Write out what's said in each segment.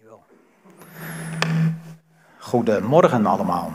Dankjewel. Goedemorgen allemaal.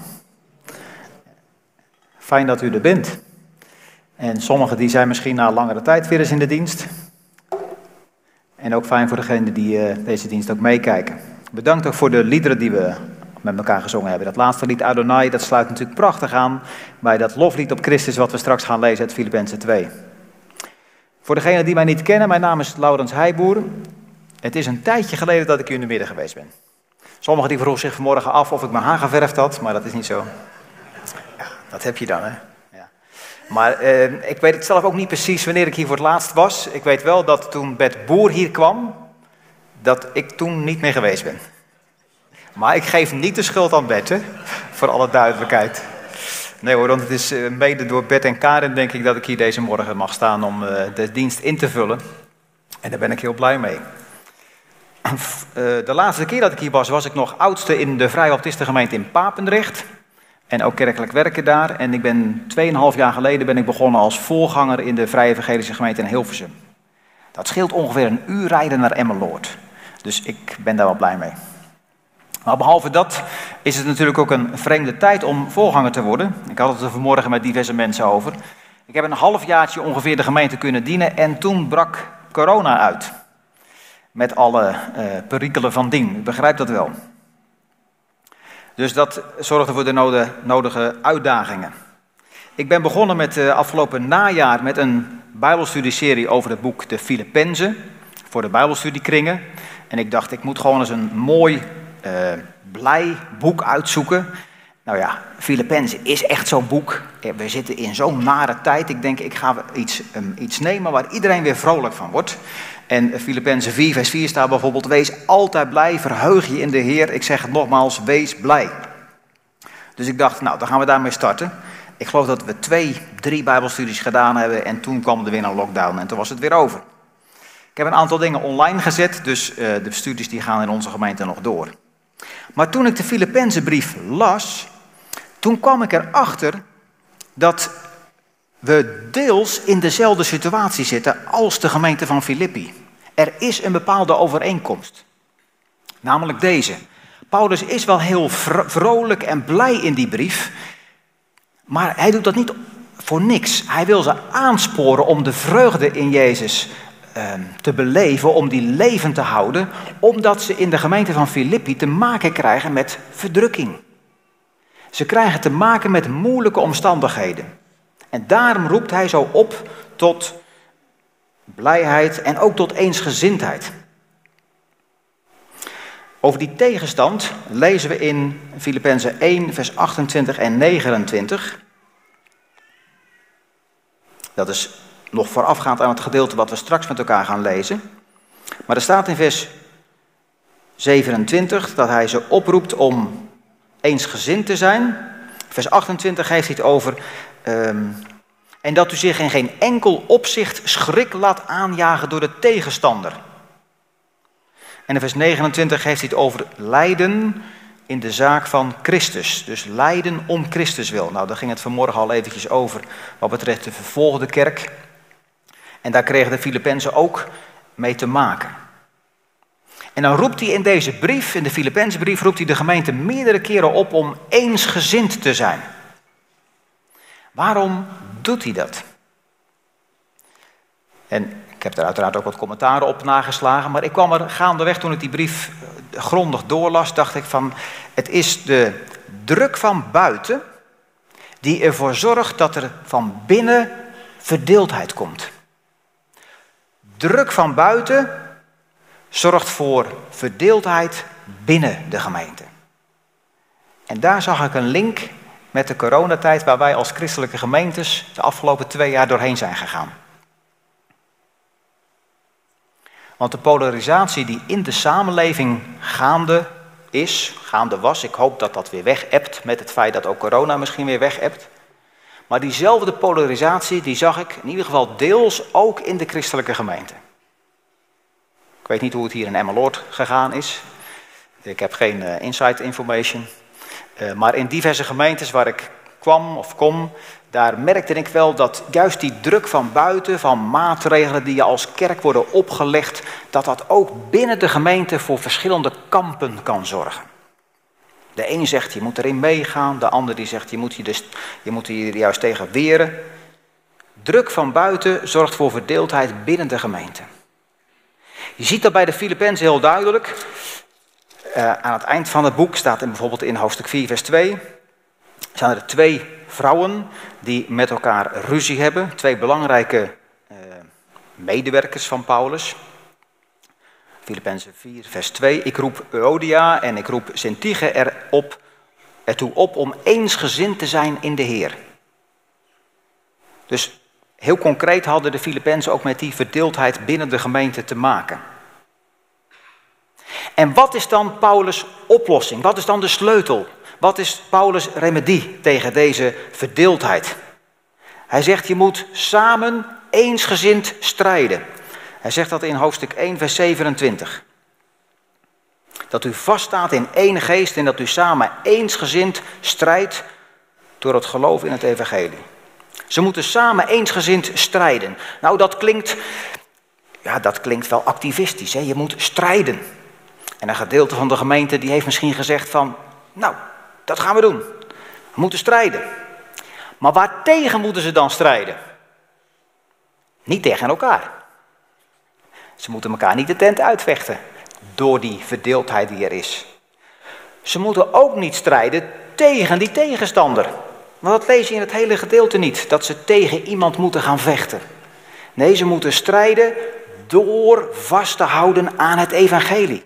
Fijn dat u er bent. En sommigen die zijn misschien na langere tijd weer eens in de dienst. En ook fijn voor degenen die deze dienst ook meekijken. Bedankt ook voor de liederen die we met elkaar gezongen hebben. Dat laatste lied Adonai, dat sluit natuurlijk prachtig aan bij dat loflied op Christus wat we straks gaan lezen uit Filippenzen 2. Voor degenen die mij niet kennen, mijn naam is Laurens Heijboer. Het is een tijdje geleden dat ik hier in de midden geweest ben. Sommigen die vroegen zich vanmorgen af of ik mijn haar geverfd had, maar dat is niet zo. Ja, dat heb je dan, hè. Ja. Maar ik weet het zelf ook niet precies wanneer ik hier voor het laatst was. Ik weet wel dat toen Bert Boer hier kwam, dat ik toen niet meer geweest ben. Maar ik geef niet de schuld aan Bert, hè, voor alle duidelijkheid. Nee hoor, want het is mede door Bert en Karen denk ik dat ik hier deze morgen mag staan om de dienst in te vullen. En daar ben ik heel blij mee. De laatste keer dat ik hier was ik nog oudste in de Vrije Baptistengemeente in Papendrecht. En ook kerkelijk werken daar. En ik ben 2,5 jaar geleden begonnen als voorganger in de Vrije Evangelische Gemeente in Hilversum. Dat scheelt ongeveer een uur rijden naar Emmeloord. Dus ik ben daar wel blij mee. Maar behalve dat is het natuurlijk ook een vreemde tijd om voorganger te worden. Ik had het er vanmorgen met diverse mensen over. Ik heb een halfjaartje ongeveer de gemeente kunnen dienen en toen brak corona uit. Met alle perikelen van dien. U begrijpt dat wel. Dus dat zorgde voor de nodige uitdagingen. Ik ben begonnen met afgelopen najaar met een bijbelstudieserie over het boek de Filippenzen. Voor de bijbelstudiekringen. En ik dacht, ik moet gewoon eens een mooi, blij boek uitzoeken. Nou ja, Filippenzen is echt zo'n boek. We zitten in zo'n nare tijd. Ik denk, ik ga iets nemen waar iedereen weer vrolijk van wordt. En Filippenzen 4 vers 4 staat bijvoorbeeld, wees altijd blij, verheug je in de Heer. Ik zeg het nogmaals, wees blij. Dus ik dacht, nou, dan gaan we daarmee starten. Ik geloof dat we 2-3 bijbelstudies gedaan hebben en toen kwam er weer een lockdown en toen was het weer over. Ik heb een aantal dingen online gezet, dus de studies die gaan in onze gemeente nog door. Maar toen ik de Filippenzenbrief las, toen kwam ik erachter dat we deels in dezelfde situatie zitten als de gemeente van Filippi. Er is een bepaalde overeenkomst. Namelijk deze. Paulus is wel heel vrolijk en blij in die brief. Maar hij doet dat niet voor niks. Hij wil ze aansporen om de vreugde in Jezus te beleven, om die levend te houden. Omdat ze in de gemeente van Filippi te maken krijgen met verdrukking. Ze krijgen te maken met moeilijke omstandigheden. En daarom roept hij zo op tot blijheid en ook tot eensgezindheid. Over die tegenstand lezen we in Filippenzen 1 vers 28 en 29. Dat is nog voorafgaand aan het gedeelte wat we straks met elkaar gaan lezen. Maar er staat in vers 27 dat hij ze oproept om eensgezind te zijn. Vers 28 geeft hij het over. En dat u zich in geen enkel opzicht schrik laat aanjagen door de tegenstander. En in vers 29 geeft hij het over lijden in de zaak van Christus. Dus lijden om Christus wil. Nou, daar ging het vanmorgen al eventjes over wat betreft de vervolgde kerk. En daar kregen de Filippenzen ook mee te maken. En dan roept hij in deze brief, in de Filippenzenbrief, roept hij de gemeente meerdere keren op om eensgezind te zijn. Waarom doet hij dat? En ik heb daar uiteraard ook wat commentaren op nageslagen, maar ik kwam er gaandeweg toen ik die brief grondig doorlas, dacht ik van, het is de druk van buiten die ervoor zorgt dat er van binnen verdeeldheid komt. Druk van buiten zorgt voor verdeeldheid binnen de gemeente. En daar zag ik een link met de coronatijd waar wij als christelijke gemeentes de afgelopen 2 jaar doorheen zijn gegaan. Want de polarisatie die in de samenleving gaande was, ik hoop dat dat weer weg-ebt met het feit dat ook corona misschien weer weg-ebt. Maar diezelfde polarisatie die zag ik in ieder geval deels ook in de christelijke gemeente. Ik weet niet hoe het hier in Emmeloord gegaan is. Ik heb geen inside information. Maar in diverse gemeentes waar ik kwam of kom, daar merkte ik wel dat juist die druk van buiten, van maatregelen die je als kerk worden opgelegd, dat dat ook binnen de gemeente voor verschillende kampen kan zorgen. De een zegt je moet erin meegaan, de ander die zegt je moet hier juist tegen weren. Druk van buiten zorgt voor verdeeldheid binnen de gemeente. Je ziet dat bij de Filippenzen heel duidelijk. Aan het eind van het boek staat bijvoorbeeld in hoofdstuk 4 vers 2... zijn er 2 vrouwen die met elkaar ruzie hebben. 2 belangrijke medewerkers van Paulus. Filippenzen 4 vers 2. Ik roep Euodia en ik roep Syntyche ertoe op om eensgezind te zijn in de Heer. Dus heel concreet hadden de Filippenzen ook met die verdeeldheid binnen de gemeente te maken. En wat is dan Paulus' oplossing? Wat is dan de sleutel? Wat is Paulus' remedie tegen deze verdeeldheid? Hij zegt je moet samen eensgezind strijden. Hij zegt dat in hoofdstuk 1 vers 27. Dat u vaststaat in één geest en dat u samen eensgezind strijdt door het geloof in het evangelie. Ze moeten samen eensgezind strijden. Nou, dat klinkt wel activistisch. Hè? Je moet strijden. En een gedeelte van de gemeente die heeft misschien gezegd van, nou, dat gaan we doen. We moeten strijden. Maar waartegen moeten ze dan strijden? Niet tegen elkaar. Ze moeten elkaar niet de tent uitvechten door die verdeeldheid die er is. Ze moeten ook niet strijden tegen die tegenstander. Want dat lees je in het hele gedeelte niet, dat ze tegen iemand moeten gaan vechten. Nee, ze moeten strijden door vast te houden aan het evangelie.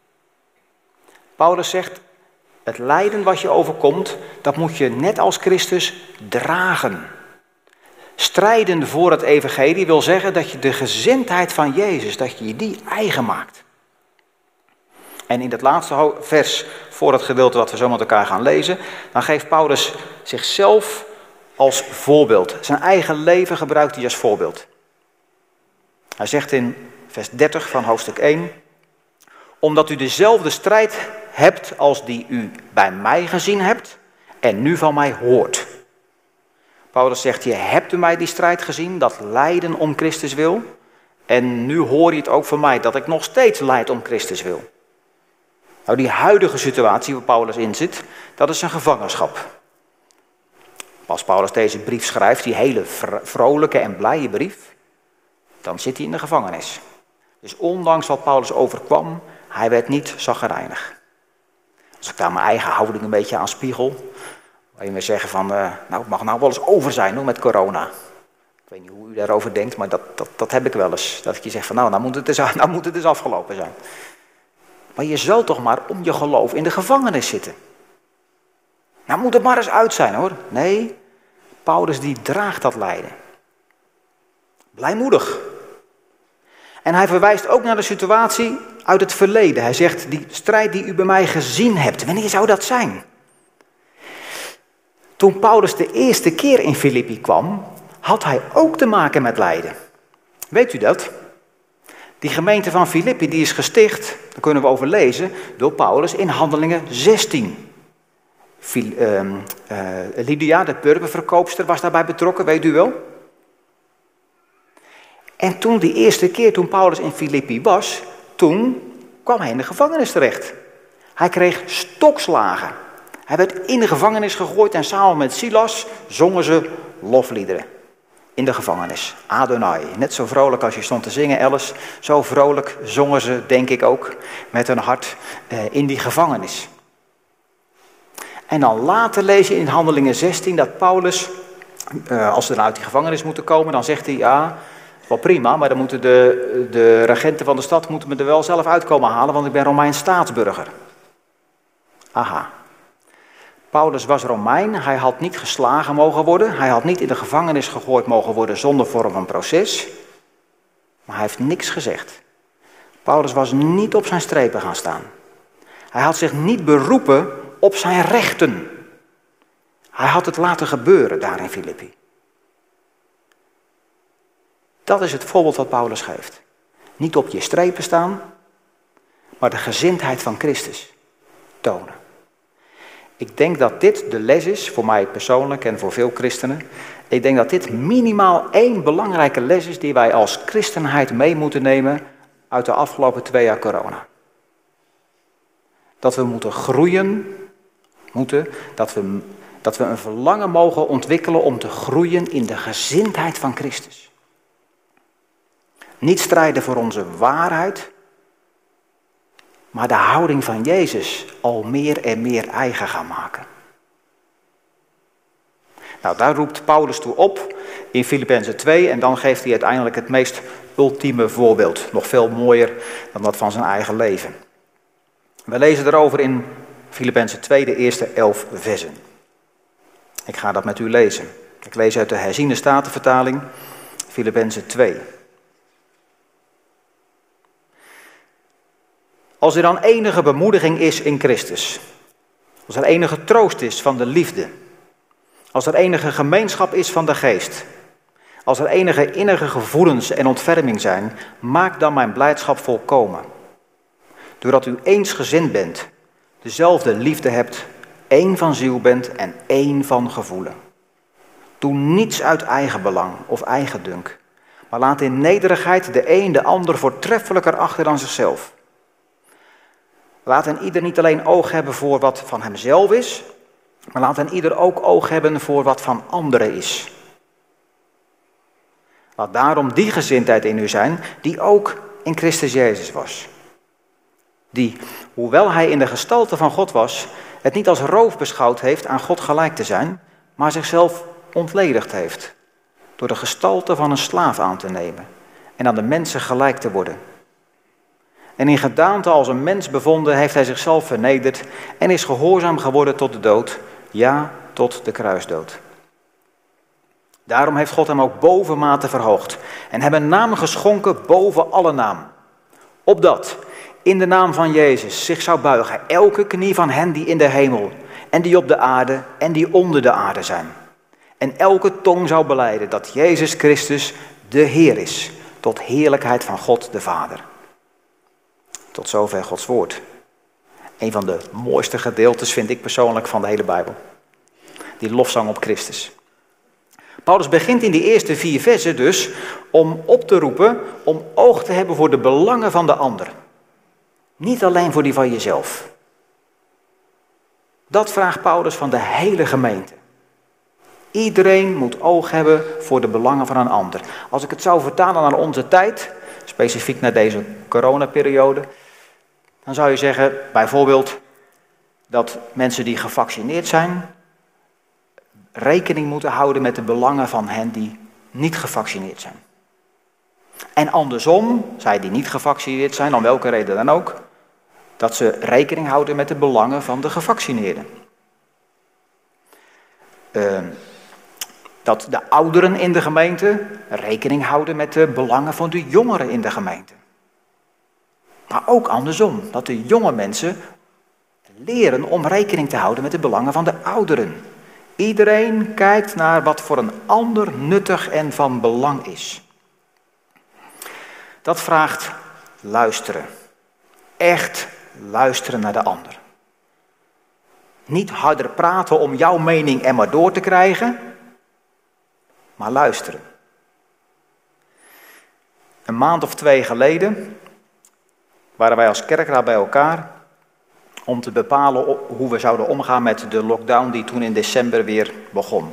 Paulus zegt, het lijden wat je overkomt, dat moet je net als Christus dragen. Strijden voor het evangelie wil zeggen dat je de gezindheid van Jezus, dat je die eigen maakt. En in het laatste vers, voor het gedeelte wat we zo met elkaar gaan lezen, dan geeft Paulus zichzelf als voorbeeld. Zijn eigen leven gebruikt hij als voorbeeld. Hij zegt in vers 30 van hoofdstuk 1, omdat u dezelfde strijd hebt als die u bij mij gezien hebt en nu van mij hoort. Paulus zegt, je hebt bij mij die strijd gezien, dat lijden om Christus wil. En nu hoor je het ook van mij, dat ik nog steeds lijd om Christus wil. Nou, die huidige situatie waar Paulus in zit, dat is een gevangenschap. Als Paulus deze brief schrijft, die hele vrolijke en blije brief, dan zit hij in de gevangenis. Dus ondanks wat Paulus overkwam, hij werd niet chagrijnig. Als ik daar mijn eigen houding een beetje aan spiegel, waar je me zeggen van, nou het mag nou wel eens over zijn hoor, met corona. Ik weet niet hoe u daarover denkt, maar dat heb ik wel eens. Dat ik je zeg van, nou moet het eens afgelopen zijn. Maar je zal toch maar om je geloof in de gevangenis zitten. Nou moet het maar eens uit zijn hoor. Nee, Paulus die draagt dat lijden. Blijmoedig. En hij verwijst ook naar de situatie uit het verleden. Hij zegt, die strijd die u bij mij gezien hebt, wanneer zou dat zijn? Toen Paulus de eerste keer in Filippi kwam, had hij ook te maken met lijden. Weet u dat? Die gemeente van Filippi die is gesticht, daar kunnen we over lezen, door Paulus in Handelingen 16. Lydia, de purperverkoopster, was daarbij betrokken, weet u wel? En toen die eerste keer, toen Paulus in Filippi was, toen kwam hij in de gevangenis terecht. Hij kreeg stokslagen. Hij werd in de gevangenis gegooid en samen met Silas zongen ze lofliederen. In de gevangenis. Adonai. Net zo vrolijk als je stond te zingen, Alice. Zo vrolijk zongen ze, denk ik ook, met hun hart in die gevangenis. En dan later lees je in Handelingen 16 dat Paulus, als ze dan uit die gevangenis moeten komen, dan zegt hij, ja, wel prima, maar dan moeten de regenten van de stad moeten me er wel zelf uitkomen halen, want ik ben Romeins staatsburger. Aha. Paulus was Romein, hij had niet geslagen mogen worden, hij had niet in de gevangenis gegooid mogen worden zonder vorm van proces, maar hij heeft niks gezegd. Paulus was niet op zijn strepen gaan staan. Hij had zich niet beroepen op zijn rechten. Hij had het laten gebeuren daar in Filippi. Dat is het voorbeeld wat Paulus geeft. Niet op je strepen staan, maar de gezindheid van Christus tonen. Ik denk dat dit de les is, voor mij persoonlijk en voor veel christenen. Ik denk dat dit minimaal 1 belangrijke les is die wij als christenheid mee moeten nemen uit de afgelopen 2 jaar corona. Dat we moeten groeien, dat we een verlangen mogen ontwikkelen om te groeien in de gezindheid van Christus. Niet strijden voor onze waarheid, maar de houding van Jezus al meer en meer eigen gaan maken. Nou, daar roept Paulus toe op in Filippenzen 2 en dan geeft hij uiteindelijk het meest ultieme voorbeeld. Nog veel mooier dan dat van zijn eigen leven. We lezen erover in Filippenzen 2 de eerste 11 versen. Ik ga dat met u lezen. Ik lees uit de herziene statenvertaling, Filippenzen 2. Als er dan enige bemoediging is in Christus, als er enige troost is van de liefde, als er enige gemeenschap is van de geest, als er enige innige gevoelens en ontferming zijn, maak dan mijn blijdschap volkomen. Doordat u eensgezind bent, dezelfde liefde hebt, 1 van ziel bent en 1 van gevoelen. Doe niets uit eigenbelang of eigendunk, maar laat in nederigheid de een de ander voortreffelijker achter dan zichzelf. Laat een ieder niet alleen oog hebben voor wat van hemzelf is, maar laat een ieder ook oog hebben voor wat van anderen is. Laat daarom die gezindheid in u zijn, die ook in Christus Jezus was. Die, hoewel hij in de gestalte van God was, het niet als roof beschouwd heeft aan God gelijk te zijn, maar zichzelf ontledigd heeft, door de gestalte van een slaaf aan te nemen en aan de mensen gelijk te worden. En in gedaante als een mens bevonden heeft hij zichzelf vernederd en is gehoorzaam geworden tot de dood, ja, tot de kruisdood. Daarom heeft God hem ook bovenmate verhoogd en hem een naam geschonken boven alle naam. Opdat in de naam van Jezus zich zou buigen elke knie van hen die in de hemel en die op de aarde en die onder de aarde zijn. En elke tong zou belijden dat Jezus Christus de Heer is, tot heerlijkheid van God de Vader. Tot zover Gods woord. Een van de mooiste gedeeltes vind ik persoonlijk van de hele Bijbel. Die lofzang op Christus. Paulus begint in die eerste 4 versen dus om op te roepen om oog te hebben voor de belangen van de ander. Niet alleen voor die van jezelf. Dat vraagt Paulus van de hele gemeente. Iedereen moet oog hebben voor de belangen van een ander. Als ik het zou vertalen naar onze tijd, specifiek naar deze coronaperiode, dan zou je zeggen bijvoorbeeld dat mensen die gevaccineerd zijn rekening moeten houden met de belangen van hen die niet gevaccineerd zijn. En andersom, zij die niet gevaccineerd zijn, om welke reden dan ook, dat ze rekening houden met de belangen van de gevaccineerden. Dat de ouderen in de gemeente rekening houden met de belangen van de jongeren in de gemeente. Maar ook andersom, dat de jonge mensen leren om rekening te houden met de belangen van de ouderen. Iedereen kijkt naar wat voor een ander nuttig en van belang is. Dat vraagt luisteren. Echt luisteren naar de ander. Niet harder praten om jouw mening er maar door te krijgen, maar luisteren. Een maand of 2 geleden waren wij als kerkraad bij elkaar om te bepalen hoe we zouden omgaan met de lockdown die toen in december weer begon.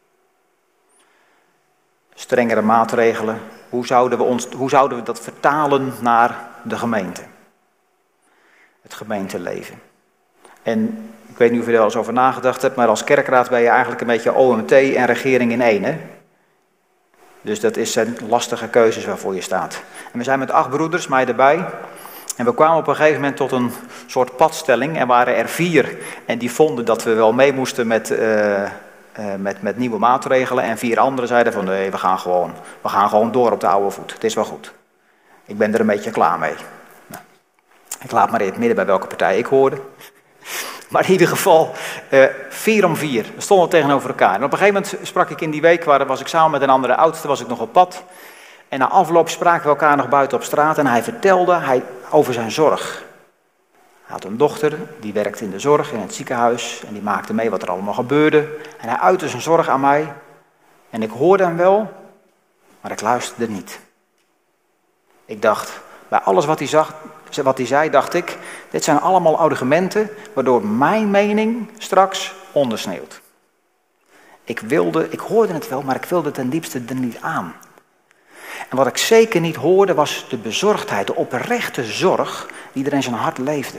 Strengere maatregelen, hoe zouden we dat vertalen naar de gemeente? Het gemeenteleven. En ik weet niet of je er wel eens over nagedacht hebt, maar als kerkraad ben je eigenlijk een beetje OMT en regering in één, hè? Dus dat zijn lastige keuzes waarvoor je staat. En we zijn met 8 broeders, mij erbij. En we kwamen op een gegeven moment tot een soort padstelling. En waren er 4 en die vonden dat we wel mee moesten met nieuwe maatregelen. En 4 anderen zeiden van nee, we gaan gewoon door op de oude voet. Het is wel goed. Ik ben er een beetje klaar mee. Nou, ik laat maar in het midden bij welke partij ik hoorde. Maar in ieder geval 4 om 4. We stonden tegenover elkaar. En op een gegeven moment sprak ik in die week, was ik samen met een andere oudste, was ik nog op pad. En na afloop spraken we elkaar nog buiten op straat en hij vertelde over zijn zorg. Hij had een dochter, die werkte in de zorg in het ziekenhuis en die maakte mee wat er allemaal gebeurde. En hij uitte zijn zorg aan mij en ik hoorde hem wel, maar ik luisterde niet. Ik dacht, bij alles wat hij zei, dacht ik, dit zijn allemaal argumenten waardoor mijn mening straks ondersneeuwt. Ik hoorde het wel, maar ik wilde ten diepste er niet aan. En wat ik zeker niet hoorde was de bezorgdheid, de oprechte zorg die er in zijn hart leefde.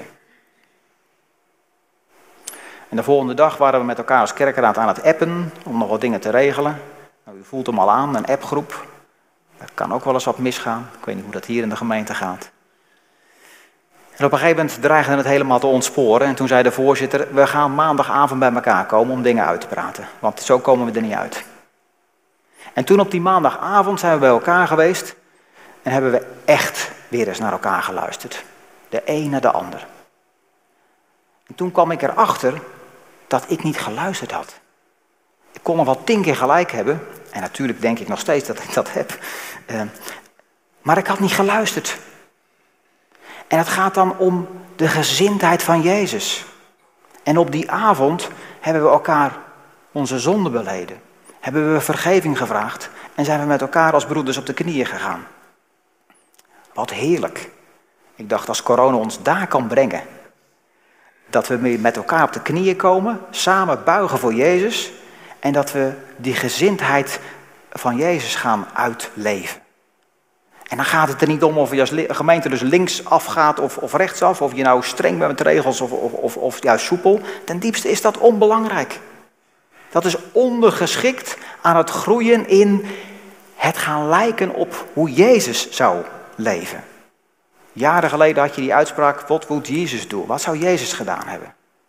En de volgende dag waren we met elkaar als kerkenraad aan het appen om nog wat dingen te regelen. Nou, u voelt hem al aan, een appgroep. Daar kan ook wel eens wat misgaan. Ik weet niet hoe dat hier in de gemeente gaat. En op een gegeven moment dreigde het helemaal te ontsporen. En toen zei de voorzitter, we gaan maandagavond bij elkaar komen om dingen uit te praten. Want zo komen we er niet uit. En toen op die maandagavond zijn we bij elkaar geweest. En hebben we echt weer eens naar elkaar geluisterd. De een naar de ander. En toen kwam ik erachter dat ik niet geluisterd had. Ik kon nog wel 10 keer gelijk hebben. En natuurlijk denk ik nog steeds dat ik dat heb. Maar ik had niet geluisterd. En het gaat dan om de gezindheid van Jezus. En op die avond hebben we elkaar onze zonde beleden. Hebben we vergeving gevraagd. En zijn we met elkaar als broeders op de knieën gegaan. Wat heerlijk. Ik dacht, als corona ons daar kan brengen. Dat we met elkaar op de knieën komen. Samen buigen voor Jezus. En dat we die gezindheid van Jezus gaan uitleven. En dan gaat het er niet om of je als gemeente dus links afgaat of rechtsaf. Of je nou streng bent met regels of juist soepel. Ten diepste is dat onbelangrijk. Dat is ondergeschikt aan het groeien in het gaan lijken op hoe Jezus zou leven. Jaren geleden had je die uitspraak, what would Jesus do? Wat zou Jezus gedaan hebben?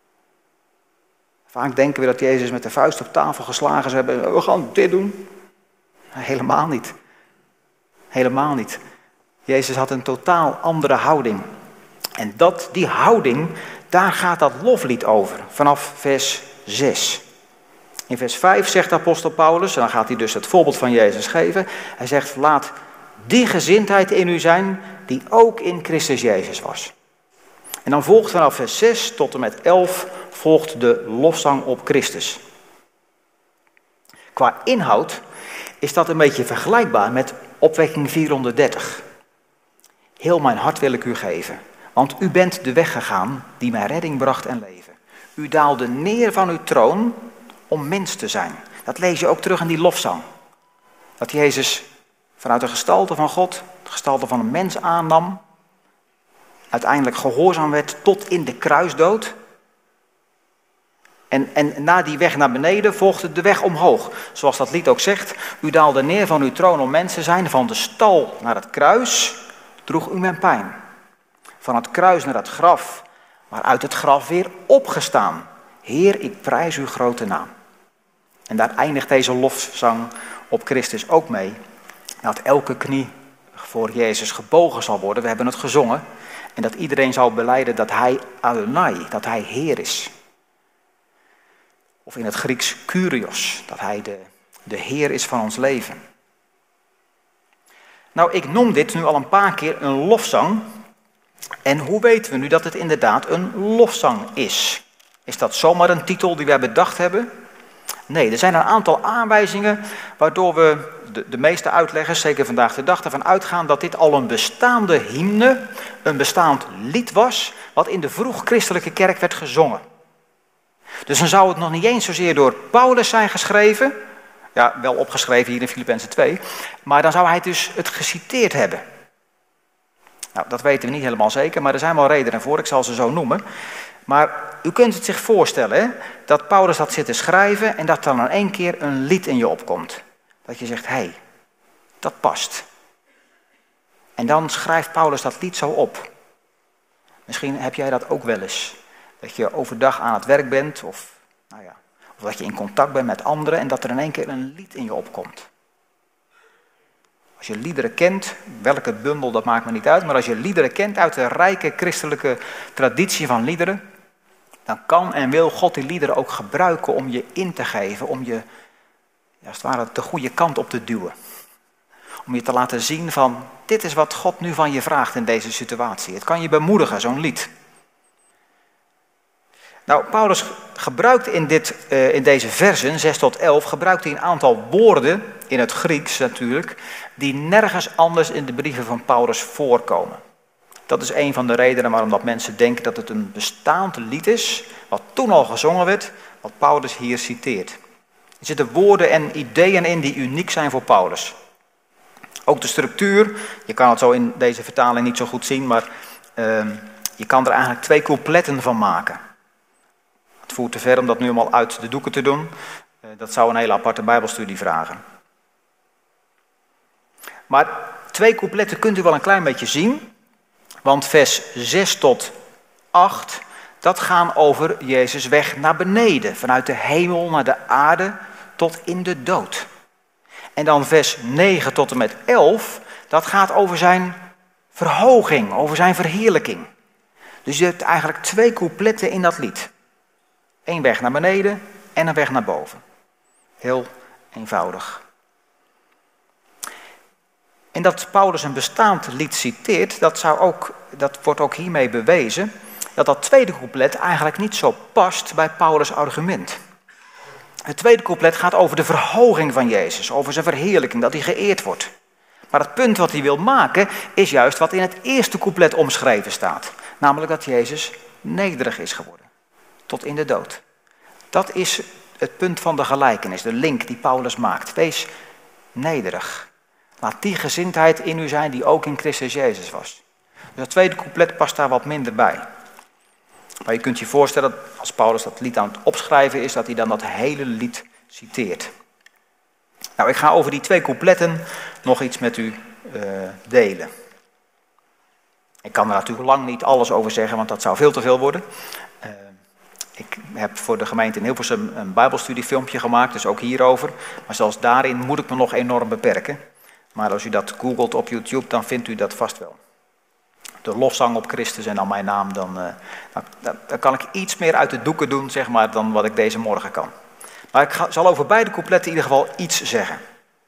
Vaak denken we dat Jezus met de vuist op tafel geslagen zou hebben. We gaan dit doen. Helemaal niet. Helemaal niet. Jezus had een totaal andere houding. En die houding, daar gaat dat loflied over. Vanaf vers 6. In vers 5 zegt de apostel Paulus, en dan gaat hij dus het voorbeeld van Jezus geven. Hij zegt, laat die gezindheid in u zijn die ook in Christus Jezus was. En dan volgt vanaf vers 6 tot en met 11 volgt de lofzang op Christus. Qua inhoud is dat een beetje vergelijkbaar met opwekking 430. Heel mijn hart wil ik u geven, want u bent de weg gegaan die mij redding bracht en leven. U daalde neer van uw troon om mens te zijn. Dat lees je ook terug in die lofzang. Dat Jezus vanuit de gestalte van God, de gestalte van een mens aannam, uiteindelijk gehoorzaam werd tot in de kruisdood. En na die weg naar beneden volgde de weg omhoog. Zoals dat lied ook zegt, u daalde neer van uw troon om mens te zijn. Van de stal naar het kruis droeg u mijn pijn. Van het kruis naar het graf, maar uit het graf weer opgestaan. Heer, ik prijs uw grote naam. En daar eindigt deze lofzang op Christus ook mee. Dat elke knie voor Jezus gebogen zal worden. We hebben het gezongen. En dat iedereen zal belijden dat hij Adonai, dat hij Heer is. Of in het Grieks Kyrios, dat hij de Heer is van ons leven. Nou, ik noem dit nu al een paar keer een lofzang. En hoe weten we nu dat het inderdaad een lofzang is? Is dat zomaar een titel die wij bedacht hebben? Nee, er zijn een aantal aanwijzingen waardoor we de meeste uitleggers, zeker vandaag de dag, ervan uitgaan dat dit al een bestaande hymne, een bestaand lied was, wat in de vroeg-christelijke kerk werd gezongen. Dus dan zou het nog niet eens zozeer door Paulus zijn geschreven, ja, wel opgeschreven hier in Filippenzen 2, maar dan zou hij dus het geciteerd hebben. Nou, dat weten we niet helemaal zeker, maar er zijn wel redenen voor, ik zal ze zo noemen. Maar u kunt het zich voorstellen, hè, dat Paulus dat zit te schrijven en dat dan in één keer een lied in je opkomt. Dat je zegt, hé, dat past. En dan schrijft Paulus dat lied zo op. Misschien heb jij dat ook wel eens. Dat je overdag aan het werk bent of dat je in contact bent met anderen en dat er in één keer een lied in je opkomt. Als je liederen kent, welke bundel, dat maakt me niet uit, maar als je liederen kent uit de rijke christelijke traditie van liederen, dan kan en wil God die liederen ook gebruiken om je in te geven, om je als het ware de goede kant op te duwen. Om je te laten zien van, dit is wat God nu van je vraagt in deze situatie. Het kan je bemoedigen, zo'n lied. Nou, Paulus gebruikt in deze versen, 6 tot 11, gebruikt hij een aantal woorden, in het Grieks natuurlijk, die nergens anders in de brieven van Paulus voorkomen. Dat is een van de redenen waarom dat mensen denken dat het een bestaand lied is, wat toen al gezongen werd, wat Paulus hier citeert. Er zitten woorden en ideeën in die uniek zijn voor Paulus. Ook de structuur, je kan het zo in deze vertaling niet zo goed zien, maar je kan er eigenlijk 2 coupletten van maken. Het voert te ver om dat nu allemaal uit de doeken te doen. Dat zou een hele aparte Bijbelstudie vragen. Maar 2 coupletten kunt u wel een klein beetje zien. Want vers 6 tot 8, dat gaan over Jezus' weg naar beneden. Vanuit de hemel naar de aarde tot in de dood. En dan vers 9 tot en met 11, dat gaat over zijn verhoging, over zijn verheerlijking. Dus je hebt eigenlijk 2 coupletten in dat lied. 1 weg naar beneden en een weg naar boven. Heel eenvoudig. En dat Paulus een bestaand lied citeert, dat wordt ook hiermee bewezen, dat tweede couplet eigenlijk niet zo past bij Paulus' argument. Het tweede couplet gaat over de verhoging van Jezus, over zijn verheerlijking, dat hij geëerd wordt. Maar het punt wat hij wil maken is juist wat in het eerste couplet omschreven staat. Namelijk dat Jezus nederig is geworden, tot in de dood. Dat is het punt van de gelijkenis, de link die Paulus maakt. Wees nederig. Laat die gezindheid in u zijn die ook in Christus Jezus was. Dus het tweede couplet past daar wat minder bij. Maar je kunt je voorstellen dat als Paulus dat lied aan het opschrijven is, dat hij dan dat hele lied citeert. Nou, ik ga over die 2 coupletten nog iets met u delen. Ik kan er natuurlijk lang niet alles over zeggen, want dat zou veel te veel worden. Ik heb voor de gemeente in Hilversum een Bijbelstudiefilmpje gemaakt, dus ook hierover. Maar zelfs daarin moet ik me nog enorm beperken. Maar als u dat googelt op YouTube, dan vindt u dat vast wel. De lofzang op Christus en dan mijn naam, dan kan ik iets meer uit de doeken doen, zeg maar, dan wat ik deze morgen kan. Maar ik zal over beide coupletten in ieder geval iets zeggen.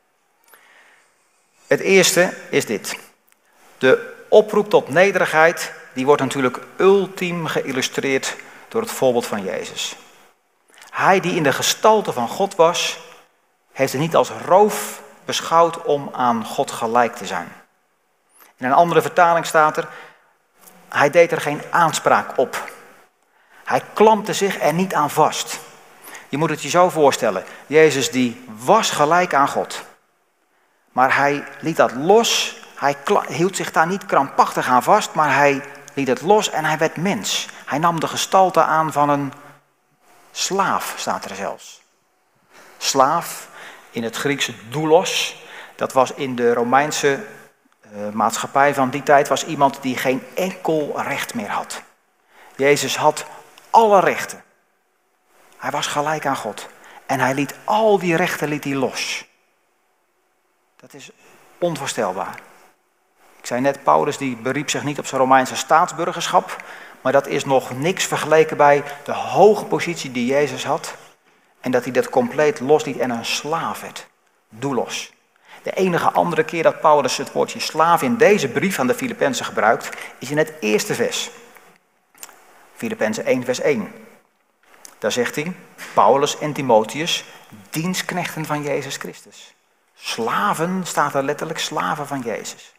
Het eerste is dit. De oproep tot nederigheid, die wordt natuurlijk ultiem geïllustreerd door het voorbeeld van Jezus. Hij die in de gestalte van God was, heeft het niet als roof beschouwd om aan God gelijk te zijn. In een andere vertaling staat er, hij deed er geen aanspraak op. Hij klampte zich er niet aan vast. Je moet het je zo voorstellen, Jezus die was gelijk aan God. Maar hij liet dat los, hij hield zich daar niet krampachtig aan vast, maar hij liet het los en hij werd mens. Hij nam de gestalte aan van een slaaf, staat er zelfs. Slaaf, in het Griekse doulos, dat was in de Romeinse maatschappij van die tijd, was iemand die geen enkel recht meer had. Jezus had alle rechten. Hij was gelijk aan God. En hij liet al die rechten los. Dat is onvoorstelbaar. Ik zei net, Paulus die beriep zich niet op zijn Romeinse staatsburgerschap, maar dat is nog niks vergeleken bij de hoge positie die Jezus had. En dat hij dat compleet losliet en een slaaf werd. Doulos. De enige andere keer dat Paulus het woordje slaaf in deze brief aan de Filippenzen gebruikt, is in het eerste vers. Filippenzen 1 vers 1. Daar zegt hij, Paulus en Timotheus, dienstknechten van Jezus Christus. Slaven, staat er letterlijk, slaven van Jezus.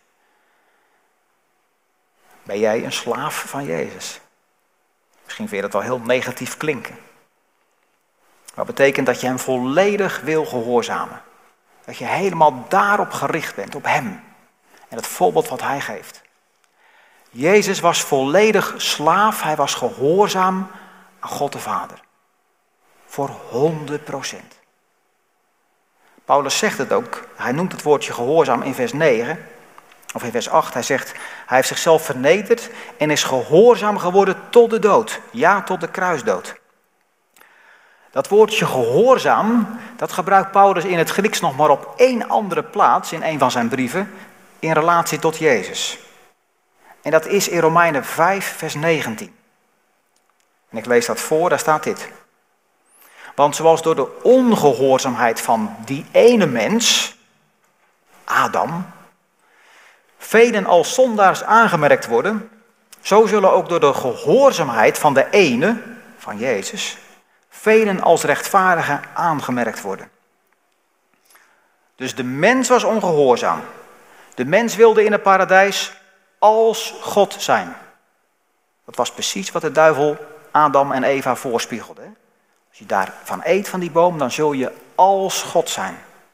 Ben jij een slaaf van Jezus? Misschien vind je dat wel heel negatief klinken. Wat betekent dat je hem volledig wil gehoorzamen. Dat je helemaal daarop gericht bent, op hem. En het voorbeeld wat hij geeft. Jezus was volledig slaaf, hij was gehoorzaam aan God de Vader. Voor 100%. Paulus zegt het ook, hij noemt het woordje gehoorzaam in vers 9, of in vers 8. Hij zegt, hij heeft zichzelf vernederd en is gehoorzaam geworden tot de dood. Ja, tot de kruisdood. Dat woordje gehoorzaam, dat gebruikt Paulus in het Grieks nog maar op 1 andere plaats in een van zijn brieven in relatie tot Jezus. En dat is in Romeinen 5 vers 19. En ik lees dat voor, daar staat dit. Want zoals door de ongehoorzaamheid van die ene mens, Adam, velen als zondaars aangemerkt worden, zo zullen ook door de gehoorzaamheid van de ene, van Jezus velen als rechtvaardigen aangemerkt worden. Dus de mens was ongehoorzaam. De mens wilde in het paradijs als God zijn. Dat was precies wat de duivel Adam en Eva voorspiegelde. Als je daarvan eet van die boom, dan zul je als God zijn.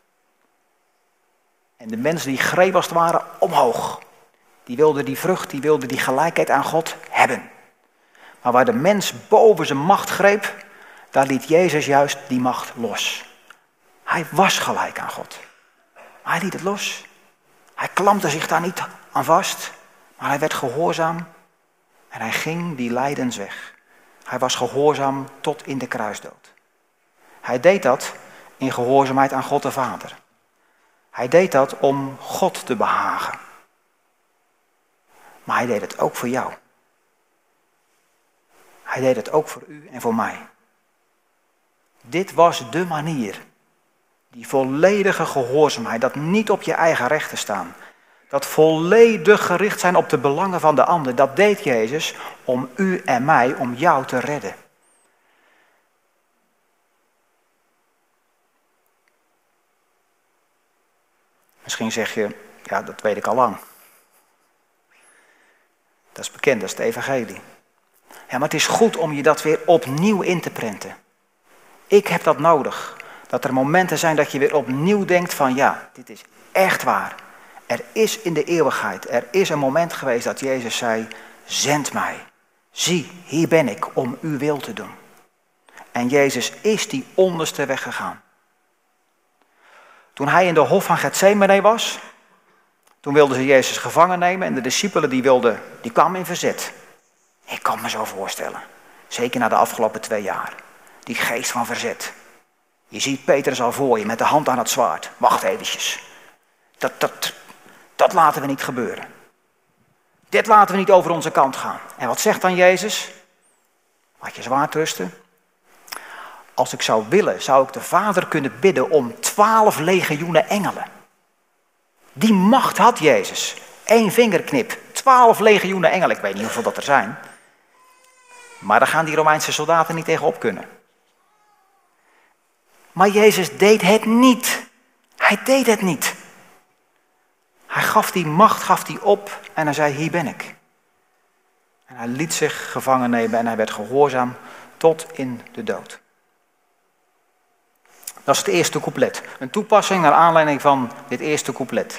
En de mens die greep als het ware omhoog. Die wilde die vrucht, die wilde die gelijkheid aan God hebben. Maar waar de mens boven zijn macht greep, daar liet Jezus juist die macht los. Hij was gelijk aan God. Maar hij liet het los. Hij klampte zich daar niet aan vast, maar hij werd gehoorzaam en hij ging die lijdensweg. Hij was gehoorzaam tot in de kruisdood. Hij deed dat in gehoorzaamheid aan God de Vader. Hij deed dat om God te behagen. Maar hij deed het ook voor jou. Hij deed het ook voor u en voor mij. Dit was de manier. Die volledige gehoorzaamheid, dat niet op je eigen rechten staan. Dat volledig gericht zijn op de belangen van de ander. Dat deed Jezus om u en mij, om jou te redden. Misschien zeg je, ja, dat weet ik al lang. Dat is bekend, dat is het evangelie. Ja, maar het is goed om je dat weer opnieuw in te prenten. Ik heb dat nodig. Dat er momenten zijn dat je weer opnieuw denkt van ja, dit is echt waar. Er is in de eeuwigheid, er is een moment geweest dat Jezus zei, zend mij. Zie, hier ben ik om uw wil te doen. En Jezus is die onderste weg gegaan. Toen hij in de hof van Getsemane was, toen wilden ze Jezus gevangen nemen en de discipelen die kwamen in verzet. Ik kan me zo voorstellen, zeker na de afgelopen 2 jaar, die geest van verzet. Je ziet Petrus al voor je met de hand aan het zwaard. Wacht eventjes. Dat laten we niet gebeuren. Dit laten we niet over onze kant gaan. En wat zegt dan Jezus? Laat je zwaard rusten. Als ik zou willen, zou ik de Vader kunnen bidden om 12 legioenen engelen. Die macht had Jezus. 1 vingerknip. 12 legioenen engelen. Ik weet niet hoeveel dat er zijn. Maar daar gaan die Romeinse soldaten niet tegenop kunnen. Maar Jezus deed het niet. Hij deed het niet. Hij gaf die macht op en hij zei, hier ben ik. En hij liet zich gevangen nemen en hij werd gehoorzaam tot in de dood. Dat is het eerste couplet. Een toepassing naar aanleiding van dit eerste couplet.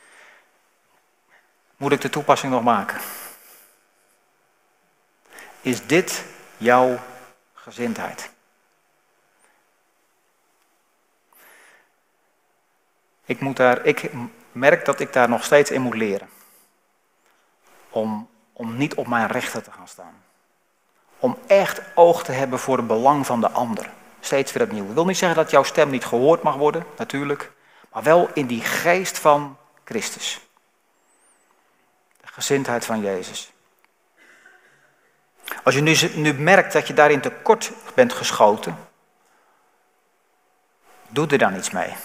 Moet ik de toepassing nog maken? Is dit jouw gezindheid? Ik merk dat ik daar nog steeds in moet leren. Om niet op mijn rechten te gaan staan. Om echt oog te hebben voor het belang van de ander. Steeds weer opnieuw. Ik wil niet zeggen dat jouw stem niet gehoord mag worden, natuurlijk. Maar wel in die geest van Christus. De gezindheid van Jezus. Als je nu merkt dat je daarin tekort bent geschoten. Doe er dan iets mee.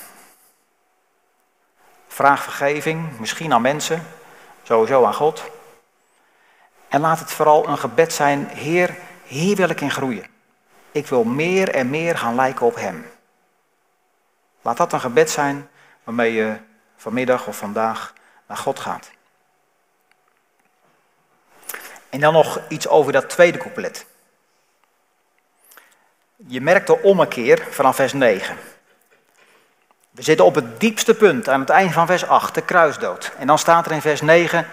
Vraag vergeving, misschien aan mensen, sowieso aan God. En laat het vooral een gebed zijn, Heer, hier wil ik in groeien. Ik wil meer en meer gaan lijken op Hem. Laat dat een gebed zijn waarmee je vanmiddag of vandaag naar God gaat. En dan nog iets over dat tweede couplet. Je merkt de ommekeer vanaf vers 9. We zitten op het diepste punt aan het eind van vers 8, de kruisdood. En dan staat er in vers 9,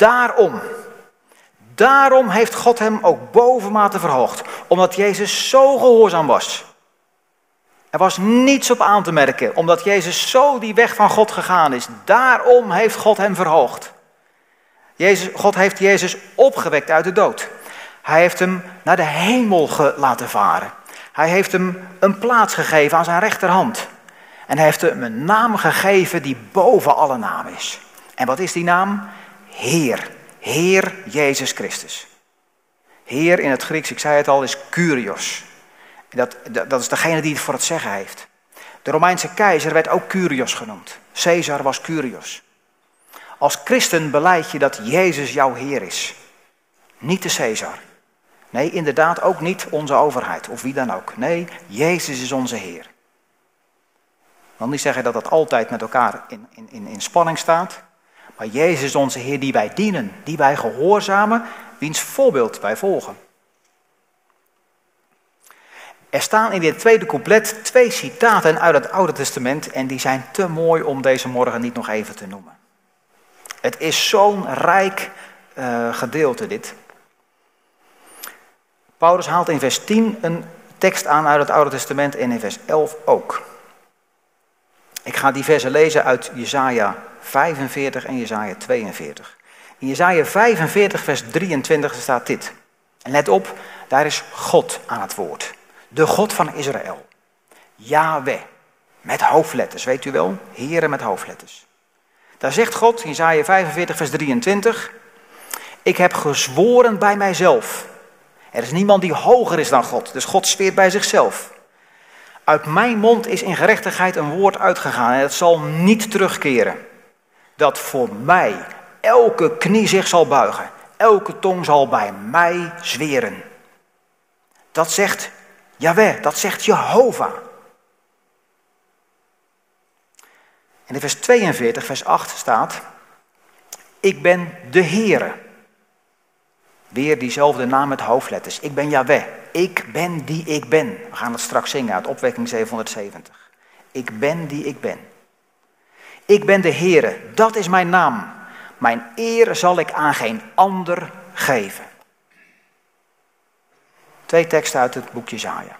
Daarom heeft God hem ook bovenmate verhoogd, omdat Jezus zo gehoorzaam was. Er was niets op aan te merken, omdat Jezus zo die weg van God gegaan is. Daarom heeft God hem verhoogd. God heeft Jezus opgewekt uit de dood. Hij heeft hem naar de hemel laten varen. Hij heeft hem een plaats gegeven aan zijn rechterhand. En hij heeft hem een naam gegeven die boven alle naam is. En wat is die naam? Heer. Heer Jezus Christus. Heer in het Grieks, ik zei het al, is Kyrios. Dat is degene die het voor het zeggen heeft. De Romeinse keizer werd ook Kyrios genoemd. Caesar was Kyrios. Als christen belijd je dat Jezus jouw Heer is. Niet de Caesar. Nee, inderdaad ook niet onze overheid of wie dan ook. Nee, Jezus is onze Heer. Ik wil niet zeggen dat dat altijd met elkaar in spanning staat. Maar Jezus is onze Heer die wij dienen, die wij gehoorzamen, wiens voorbeeld wij volgen. Er staan in dit tweede couplet 2 citaten uit het Oude Testament en die zijn te mooi om deze morgen niet nog even te noemen. Het is zo'n rijk gedeelte dit. Paulus haalt in vers 10 een tekst aan uit het Oude Testament en in vers 11 ook. Ik ga die versen lezen uit Jesaja 45 en Jesaja 42. In Jesaja 45 vers 23 staat dit. En let op, daar is God aan het woord. De God van Israël. Yahweh. Met hoofdletters, weet u wel? Here met hoofdletters. Daar zegt God, in Jesaja 45 vers 23. Ik heb gezworen bij mijzelf. Er is niemand die hoger is dan God. Dus God zweert bij zichzelf. Uit mijn mond is in gerechtigheid een woord uitgegaan. En het zal niet terugkeren. Dat voor mij elke knie zich zal buigen. Elke tong zal bij mij zweren. Dat zegt Yahweh, dat zegt Jehovah. En in vers 42, vers 8 staat. Ik ben de Heere. Weer diezelfde naam met hoofdletters. Ik ben Yahweh. Ik ben die ik ben. We gaan het straks zingen uit Opwekking 770. Ik ben die ik ben. Ik ben de Heere. Dat is mijn naam. Mijn eer zal ik aan geen ander geven. 2 teksten uit het boek Jesaja.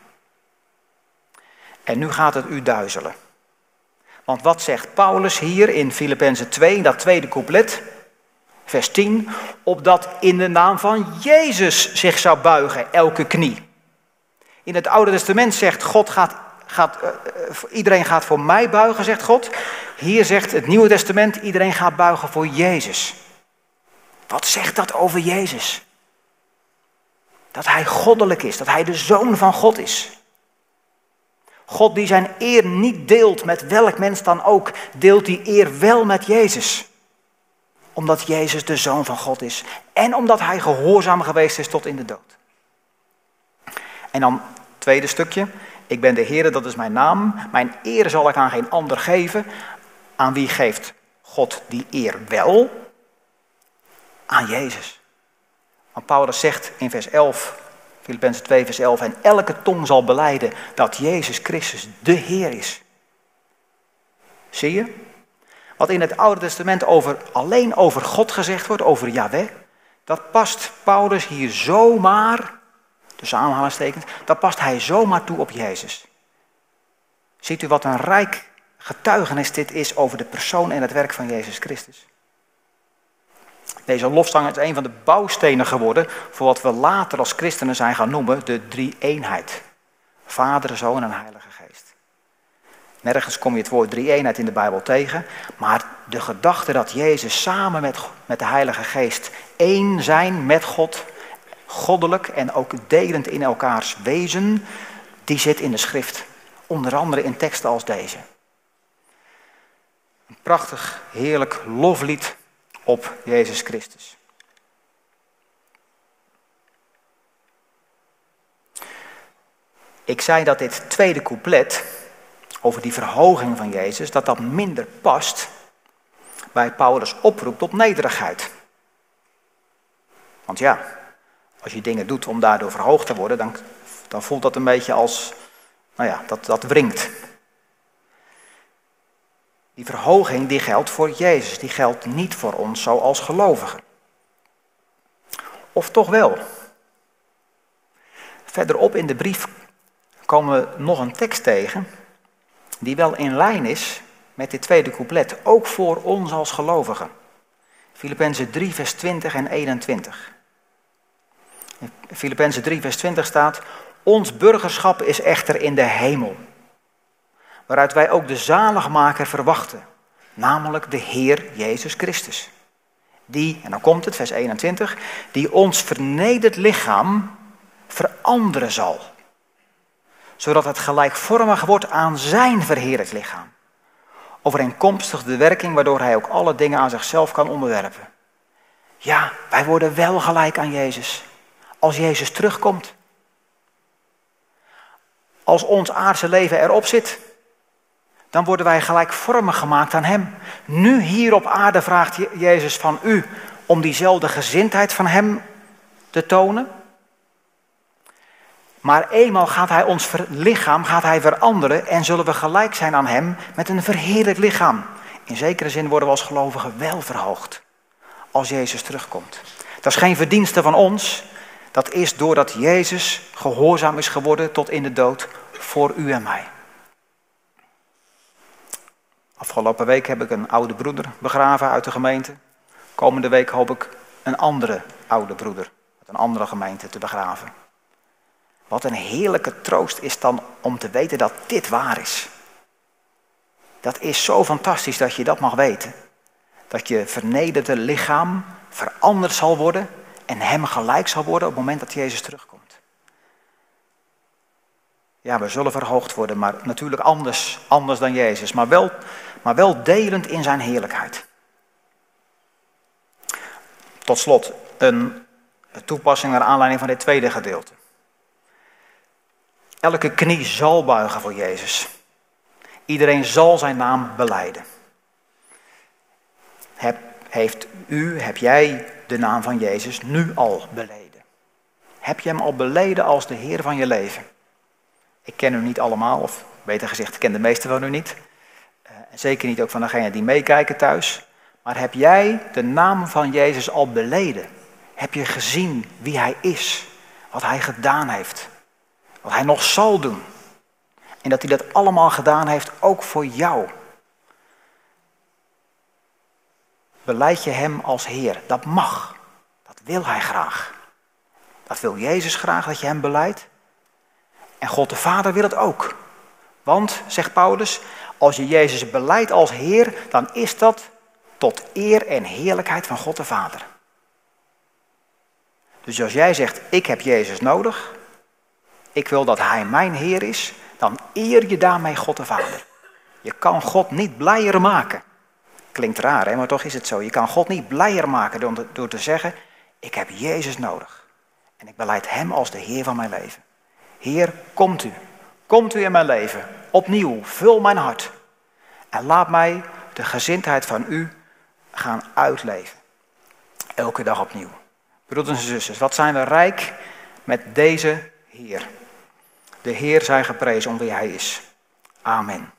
En nu gaat het u duizelen. Want wat zegt Paulus hier in Filippenzen 2, dat tweede couplet, vers 10, opdat in de naam van Jezus zich zou buigen elke knie. In het Oude Testament zegt God, iedereen gaat voor mij buigen, zegt God. Hier zegt het Nieuwe Testament, iedereen gaat buigen voor Jezus. Wat zegt dat over Jezus? Dat hij goddelijk is, dat hij de Zoon van God is. God die zijn eer niet deelt met welk mens dan ook, deelt die eer wel met Jezus. Omdat Jezus de Zoon van God is en omdat hij gehoorzaam geweest is tot in de dood. En dan tweede stukje. Ik ben de Heere, dat is mijn naam. Mijn eer zal ik aan geen ander geven. Aan wie geeft God die eer wel? Aan Jezus. Want Paulus zegt in vers 11, Filippenzen 2 vers 11, en elke tong zal belijden dat Jezus Christus de Heer is. Zie je? Wat in het Oude Testament alleen over God gezegd wordt, over Yahweh, dat past Paulus hier zomaar, tussen aanhalingstekens, dat past hij zomaar toe op Jezus. Ziet u wat een rijk getuigenis dit is over de persoon en het werk van Jezus Christus? Deze lofzang is een van de bouwstenen geworden voor wat we later als christenen zijn gaan noemen de drie-eenheid. Vader, Zoon en Heilige Geest. Nergens kom je het woord drie-eenheid in de Bijbel tegen, maar de gedachte dat Jezus samen met de Heilige Geest één zijn met God, goddelijk en ook delend in elkaars wezen, die zit in de schrift. Onder andere in teksten als deze. Een prachtig, heerlijk loflied op Jezus Christus. Ik zei dat dit tweede couplet over die verhoging van Jezus, dat minder past bij Paulus' oproep tot nederigheid. Want ja, als je dingen doet om daardoor verhoogd te worden, dan voelt dat een beetje als, dat wringt. Die verhoging die geldt voor Jezus, die geldt niet voor ons zoals gelovigen. Of toch wel? Verderop in de brief komen we nog een tekst tegen die wel in lijn is met dit tweede couplet, ook voor ons als gelovigen. Filippenzen 3 vers 20 en 21. In Filippenzen 3 vers 20 staat, ons burgerschap is echter in de hemel, waaruit wij ook de zaligmaker verwachten, namelijk de Heer Jezus Christus. Die, en dan komt het, vers 21, die ons vernederd lichaam veranderen zal, zodat het gelijkvormig wordt aan zijn verheerlijkt lichaam, overeenkomstig de werking waardoor hij ook alle dingen aan zichzelf kan onderwerpen. Ja, wij worden wel gelijk aan Jezus, als Jezus terugkomt. Als ons aardse leven erop zit, dan worden wij gelijkvormig gemaakt aan hem. Nu hier op aarde vraagt Jezus van u om diezelfde gezindheid van hem te tonen. Maar eenmaal gaat hij ons lichaam veranderen en zullen we gelijk zijn aan hem met een verheerlijk lichaam. In zekere zin worden we als gelovigen wel verhoogd als Jezus terugkomt. Dat is geen verdienste van ons. Dat is doordat Jezus gehoorzaam is geworden tot in de dood voor u en mij. Afgelopen week heb ik een oude broeder begraven uit de gemeente. Komende week hoop ik een andere oude broeder uit een andere gemeente te begraven. Wat een heerlijke troost is dan om te weten dat dit waar is. Dat is zo fantastisch dat je dat mag weten. Dat je vernederde lichaam veranderd zal worden en hem gelijk zal worden op het moment dat Jezus terugkomt. Ja, we zullen verhoogd worden, maar natuurlijk anders dan Jezus. Maar wel delend in zijn heerlijkheid. Tot slot, een toepassing naar aanleiding van dit tweede gedeelte. Elke knie zal buigen voor Jezus. Iedereen zal zijn naam belijden. Heb jij de naam van Jezus nu al beleden? Heb je hem al beleden als de Heer van je leven? Ik ken u niet allemaal, of beter gezegd, ik ken de meeste van u niet. En zeker niet ook van degenen die meekijken thuis. Maar heb jij de naam van Jezus al beleden? Heb je gezien wie hij is? Wat hij gedaan heeft? Wat hij nog zal doen? En dat hij dat allemaal gedaan heeft, ook voor jou. Belijd je hem als Heer. Dat mag. Dat wil hij graag. Dat wil Jezus graag, dat je hem beleidt. En God de Vader wil het ook. Want, zegt Paulus, als je Jezus beleidt als Heer, dan is dat tot eer en heerlijkheid van God de Vader. Dus als jij zegt, ik heb Jezus nodig, ik wil dat hij mijn Heer is, dan eer je daarmee God de Vader. Je kan God niet blijer maken. Klinkt raar, hè? Maar toch is het zo. Je kan God niet blijer maken door te zeggen, ik heb Jezus nodig. En ik belijd hem als de Heer van mijn leven. Heer, komt u. Komt u in mijn leven. Opnieuw, vul mijn hart. En laat mij de gezindheid van u gaan uitleven. Elke dag opnieuw. Broeders en zusters, wat zijn we rijk met deze Heer. De Heer zij geprezen om wie hij is. Amen.